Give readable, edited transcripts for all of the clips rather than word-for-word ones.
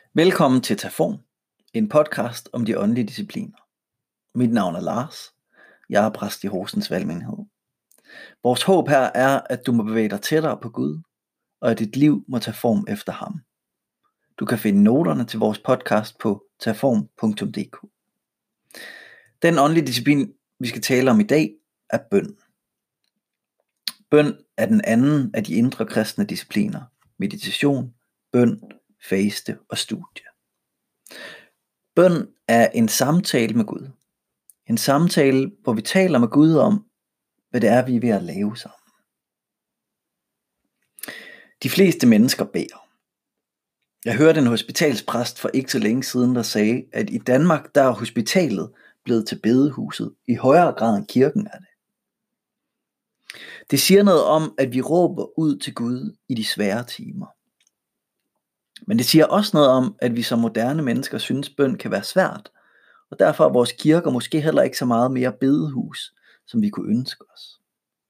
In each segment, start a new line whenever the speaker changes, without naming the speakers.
Velkommen til Taform, en podcast om de åndelige discipliner. Mit navn er Lars. Jeg er præst i Horsens Valgmenighed. Vores håb her er, at du må bevæge dig tættere på Gud, og at dit liv må tage form efter ham. Du kan finde noterne til vores podcast på taform.dk. Den åndelige disciplin, vi skal tale om i dag, er bøn. Bøn er den anden af de indre kristne discipliner: meditation, bøn, faste og studie. Bøn er en samtale med Gud. En samtale, hvor vi taler med Gud om, hvad det er, vi er ved at lave sammen. De fleste mennesker beder. Jeg hørte en hospitalspræst for ikke så længe siden, der sagde, at i Danmark, der er hospitalet blevet til bedehuset i højere grad end kirken er det. Det siger noget om, at vi råber ud til Gud i de svære timer. Men det siger også noget om, at vi som moderne mennesker synes, bøn kan være svært, og derfor er vores kirker måske heller ikke så meget mere bedehus, som vi kunne ønske os.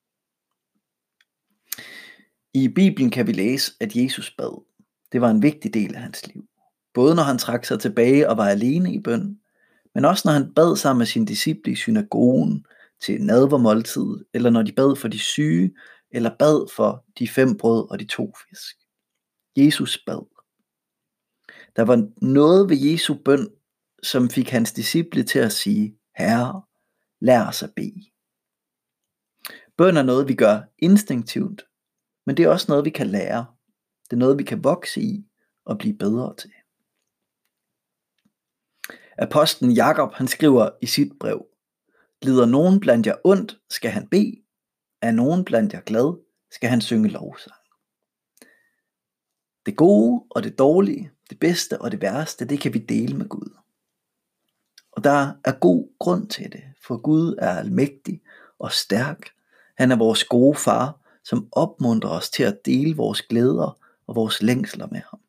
I Bibelen kan vi læse, at Jesus bad. Det var en vigtig del af hans liv. Både når han trak sig tilbage og var alene i bøn, men også når han bad sammen med sine disciple i synagogen til nadvermåltid, eller når de bad for de syge, eller bad for de 5 brød og de 2 fisk. Jesus bad. Der var noget ved Jesu bøn, som fik hans disciple til at sige: Herre, lær os at bede. Bøn er noget, vi gør instinktivt, men det er også noget, vi kan lære. Det er noget, vi kan vokse i og blive bedre til. Apostlen Jakob, han skriver i sit brev: Lider nogen blandt jer ondt, skal han bede. Er nogen blandt jer glad, skal han synge lovsang. Det gode og det dårlige, det bedste og det værste, det kan vi dele med Gud. Og der er god grund til det, for Gud er almægtig og stærk. Han er vores gode far, som opmuntrer os til at dele vores glæder og vores længsler med ham.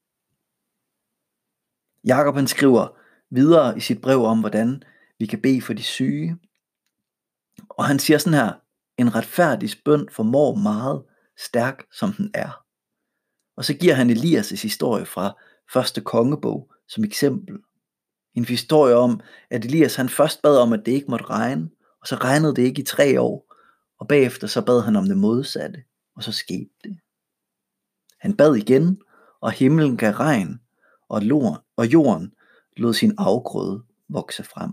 Jakob, han skriver videre i sit brev om, hvordan vi kan bede for de syge. Og han siger sådan her: en retfærdig bøn formår meget, stærk som den er. Og så giver han Elias' historie fra 1. kongebog som eksempel. En historie om, at Elias han først bad om, at det ikke måtte regne, og så regnede det ikke i 3 år, og bagefter så bad han om det modsatte, og så skete det. Han bad igen, og himlen gav regn, og jorden lod sin afgrøde vokse frem.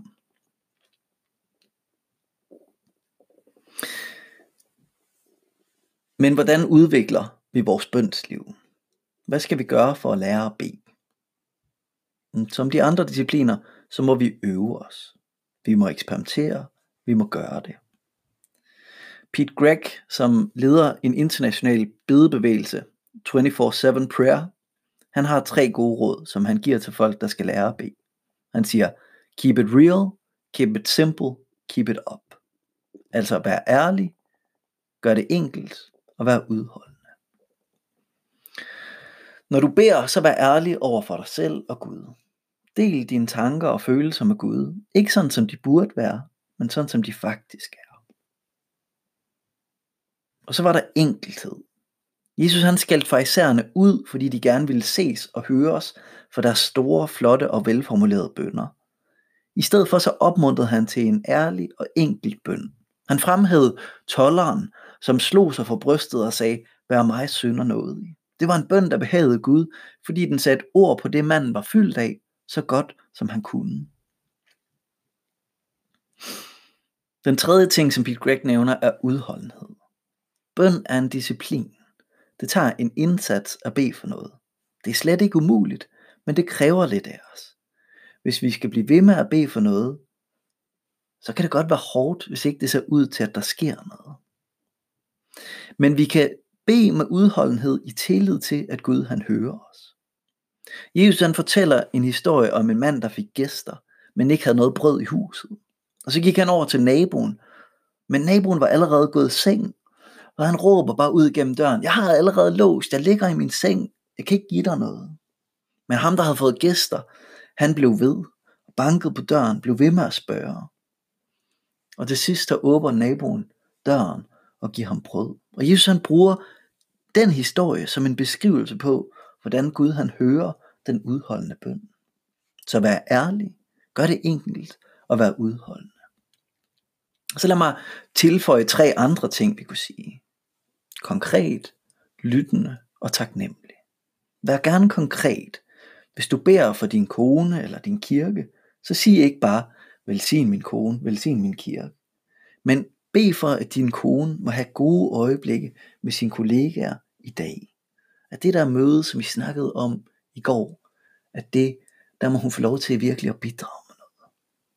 Men hvordan udvikler vi vores bønsliv? Hvad skal vi gøre for at lære at bede? Som de andre discipliner, så må vi øve os. Vi må eksperimentere, vi må gøre det. Pete Greig, som leder en international bedebevægelse, 24/7 Prayer, han har 3 gode råd, som han giver til folk, der skal lære at bede. Han siger: keep it real, keep it simple, keep it up. Altså vær ærlig, gør det enkelt og vær udholdende. Når du beder, så vær ærlig over for dig selv og Gud. Del dine tanker og følelser med Gud. Ikke sådan som de burde være, men sådan som de faktisk er. Og så var der enkelhed. Jesus han skældte farisæerne ud, fordi de gerne ville ses og høres for deres store, flotte og velformulerede bønner. I stedet for så opmuntrede han til en ærlig og enkel bøn. Han fremhævede tolderen, som slog sig for brystet og sagde: vær mig synder nådig. Det var en bøn, der behagede Gud, fordi den satte ord på det, manden var fyldt af, så godt som han kunne. Den tredje ting, som Pete Greig nævner, er udholdenhed. Bøn er en disciplin. Det tager en indsats at bede for noget. Det er slet ikke umuligt, men det kræver lidt af os. Hvis vi skal blive ved med at bede for noget, så kan det godt være hårdt, hvis ikke det ser ud til, at der sker noget. Men vi kan bede med udholdenhed i tillid til, at Gud han hører os. Jesus han fortæller en historie om en mand, der fik gæster, men ikke havde noget brød i huset. Og så gik han over til naboen, men naboen var allerede gået i seng, og han råber bare ud gennem døren: jeg har allerede låst, jeg ligger i min seng, jeg kan ikke give dig noget. Men ham, der havde fået gæster, han blev ved, og bankede på døren, blev ved med at spørge. Og til sidst der åbner naboen døren og giver ham brød. Og Jesus han bruger den historie som en beskrivelse på, hvordan Gud han hører den udholdende bøn. Så vær ærlig, gør det enkelt og vær udholdende. Og så lad mig tilføje 3 andre ting, vi kunne sige. Konkret, lyttende og taknemmelig. Vær gerne konkret. Hvis du beder for din kone eller din kirke, så sig ikke bare, velsign min kone, velsign min kirke. Men bed for, at din kone må have gode øjeblikke med sine kollegaer i dag. At det der møde, som vi snakkede om i går, at det, der må hun få lov til virkelig at bidrage med noget.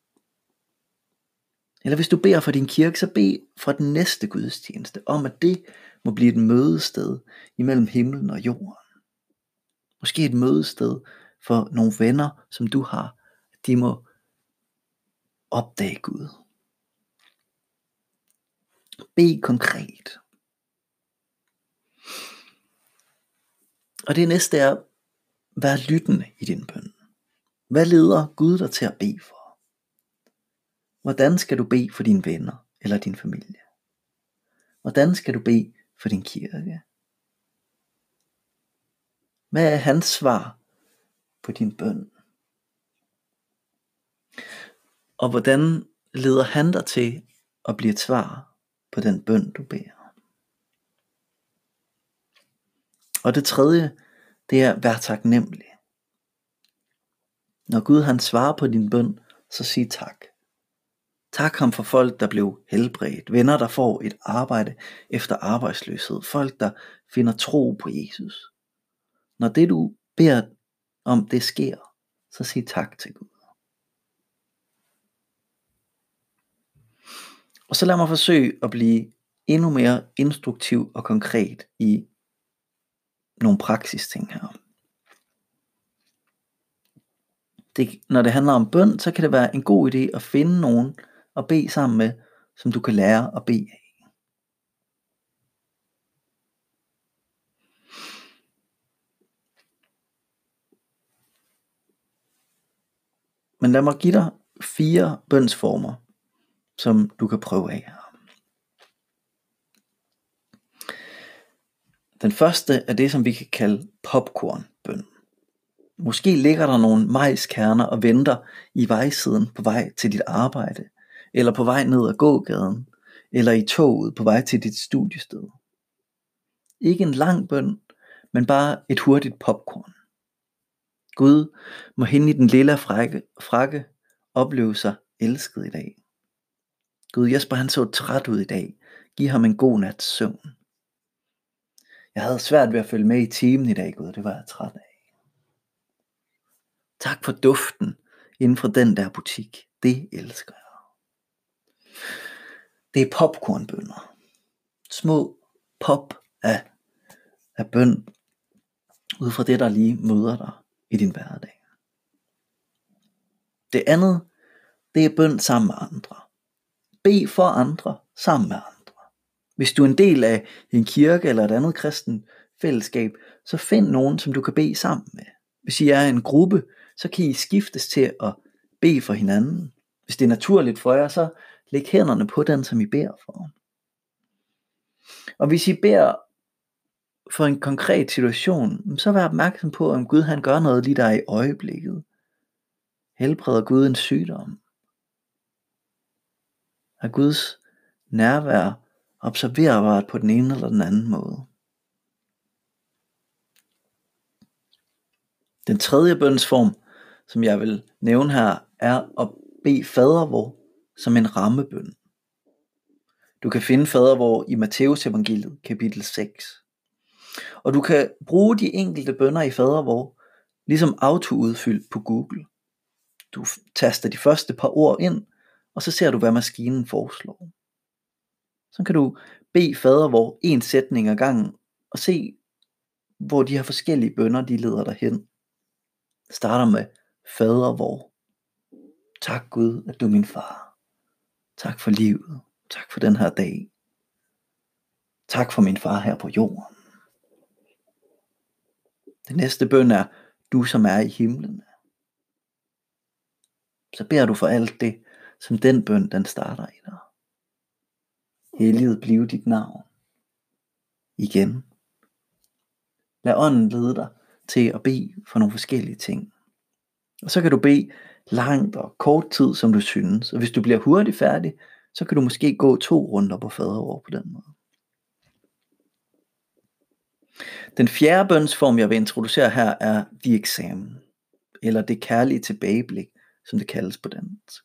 Eller hvis du beder for din kirke, så bed for den næste gudstjeneste, om at det må blive et mødested imellem himlen og jorden. Måske et mødested for nogle venner, som du har, at de må opdage Gud. Bed konkret. Og det næste er, vær lyttende i din bøn. Hvad leder Gud dig til at bede for? Hvordan skal du bede for dine venner eller din familie? Hvordan skal du bede for din kirke? Hvad er hans svar på din bøn? Og hvordan leder han dig til at blive et svar på den bøn, du beder? Og det tredje, det er, vær taknemmelig. Når Gud han svarer på din bøn, så sig tak. Tak ham for folk, der blev helbredt, venner, der får et arbejde efter arbejdsløshed, folk, der finder tro på Jesus. Når det du beder om, det sker, så sig tak til Gud. Og så lad mig forsøge at blive endnu mere instruktiv og konkret i nogle praksisting her. Når det handler om bøn, så kan det være en god idé at finde nogen at bede sammen med, som du kan lære at bede af. Men lad mig give dig 4 bønsformer, som du kan prøve af her. Den første er det, som vi kan kalde popcornbøn. Måske ligger der nogle majskerner og venter i vejsiden på vej til dit arbejde, eller på vej ned ad gågaden, eller i toget på vej til dit studiested. Ikke en lang bøn, men bare et hurtigt popcorn. Gud må hende i den lille frakke opleve sig elsket i dag. Gud, Jesper han så træt ud i dag. Giv ham en god nats søvn. Jeg havde svært ved at følge med i timen i dag, Gud. Det var jeg træt af. Tak for duften inden for den der butik. Det elsker jeg. Det er popcornbønner. Små pop af bøn. Ud fra det, der lige møder dig i din hverdag. Det andet, det er bøn sammen med andre. Bed for andre sammen med andre. Hvis du er en del af en kirke eller et andet kristen fællesskab, så find nogen, som du kan bede sammen med. Hvis I er en gruppe, så kan I skiftes til at bede for hinanden. Hvis det er naturligt for jer, så læg hænderne på den, som I beder for. Og hvis I beder for en konkret situation, så vær opmærksom på, om Gud han gør noget lige der i øjeblikket. Helbreder Gud en sygdom? Er Guds nærvær observerbart på den ene eller den anden måde? Den tredje bønsform, som jeg vil nævne her, er at bede fadervor som en rammebøn. Du kan finde fadervor i Matteus evangeliet, kapitel 6. Og du kan bruge de enkelte bønner i fadervor, ligesom autoudfyldt på Google. Du taster de første par ord ind, og så ser du, hvad maskinen foreslår. Så kan du bede fadervor en sætning ad gangen, og se, hvor de her forskellige bønner, de leder dig hen. Det starter med fadervor. Tak Gud, at du er min far. Tak for livet. Tak for den her dag. Tak for min far her på jorden. Det næste bøn er, du som er i himlen. Så beder du for alt det, som den bøn, den starter i dig. Helliget blive dit navn. Igen. Lad ånden lede dig til at bede for nogle forskellige ting. Og så kan du bede langt og kort tid, som du synes. Og hvis du bliver hurtigt færdig, så kan du måske gå 2 runder på fadervor på den måde. Den fjerde bønsform, jeg vil introducere her, er The Exam, eller det kærlige tilbageblik, som det kaldes på dansk.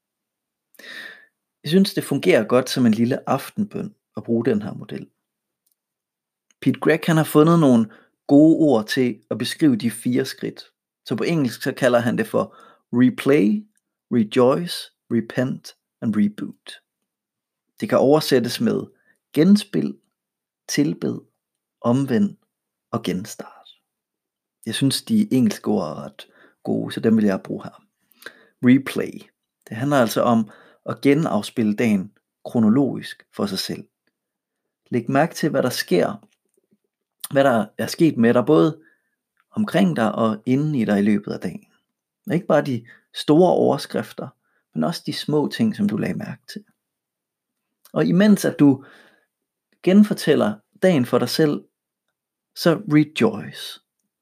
Jeg synes, det fungerer godt som en lille aftenbøn at bruge den her model. Pete Greig han har fundet nogle gode ord til at beskrive de 4 skridt. Så på engelsk så kalder han det for replay, rejoice, repent and reboot. Det kan oversættes med genspil, tilbed, omvend og genstart. Jeg synes de engelske ord er ret gode, så dem vil jeg bruge her. Replay. Det handler altså om at genafspille dagen kronologisk for sig selv. Læg mærke til hvad der sker, hvad der er sket med dig både omkring dig og inden i dig i løbet af dagen. Og ikke bare de store overskrifter, men også de små ting som du lagde mærke til. Og imens at du genfortæller dagen for dig selv, så rejoice.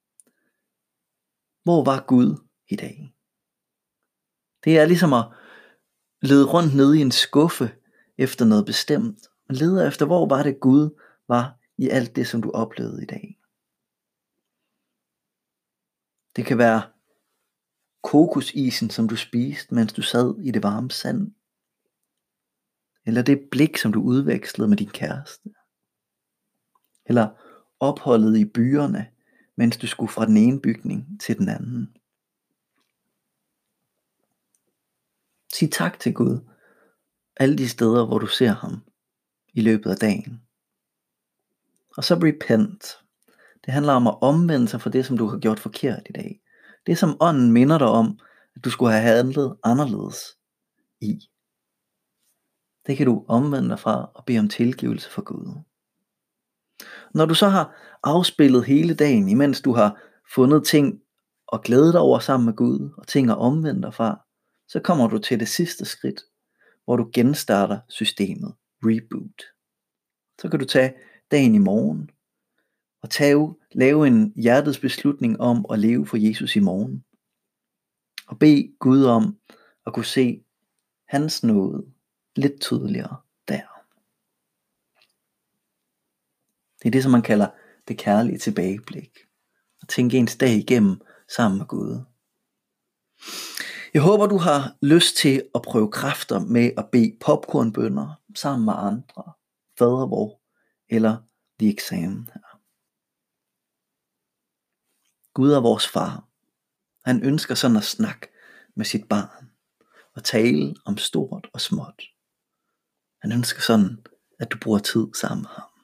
Hvor var Gud i dag? Det er ligesom at lede rundt nede i en skuffe efter noget bestemt. Man leder efter hvor var det Gud var i alt det som du oplevede i dag. Det kan være kokosisen som du spiste mens du sad i det varme sand. Eller det blik som du udvekslede med din kæreste. Eller opholdet i byerne mens du skulle fra den ene bygning til den anden. Sig tak til Gud alle de steder hvor du ser ham i løbet af dagen. Og så repent. Det handler om at omvende sig fra det som du har gjort forkert i dag. Det som ånden minder dig om at du skulle have handlet anderledes i. Det kan du omvende dig fra og bede om tilgivelse for Gud. Når du så har afspillet hele dagen, imens du har fundet ting og glædet dig over sammen med Gud, og ting at omvende dig fra, så kommer du til det sidste skridt, hvor du genstarter systemet, reboot. Så kan du tage dagen i morgen, og lave en hjertets beslutning om at leve for Jesus i morgen. Og bede Gud om at kunne se hans nåde lidt tydeligere der. Det er det som man kalder det kærlige tilbageblik. At tænke ens dag igennem sammen med Gud. Jeg håber du har lyst til at prøve kræfter med at bede popcornbønner sammen med andre, fadervor eller The Exam her. Gud er vores far. Han ønsker sådan at snakke med sit barn og tale om stort og småt. Han ønsker sådan at du bruger tid sammen med ham.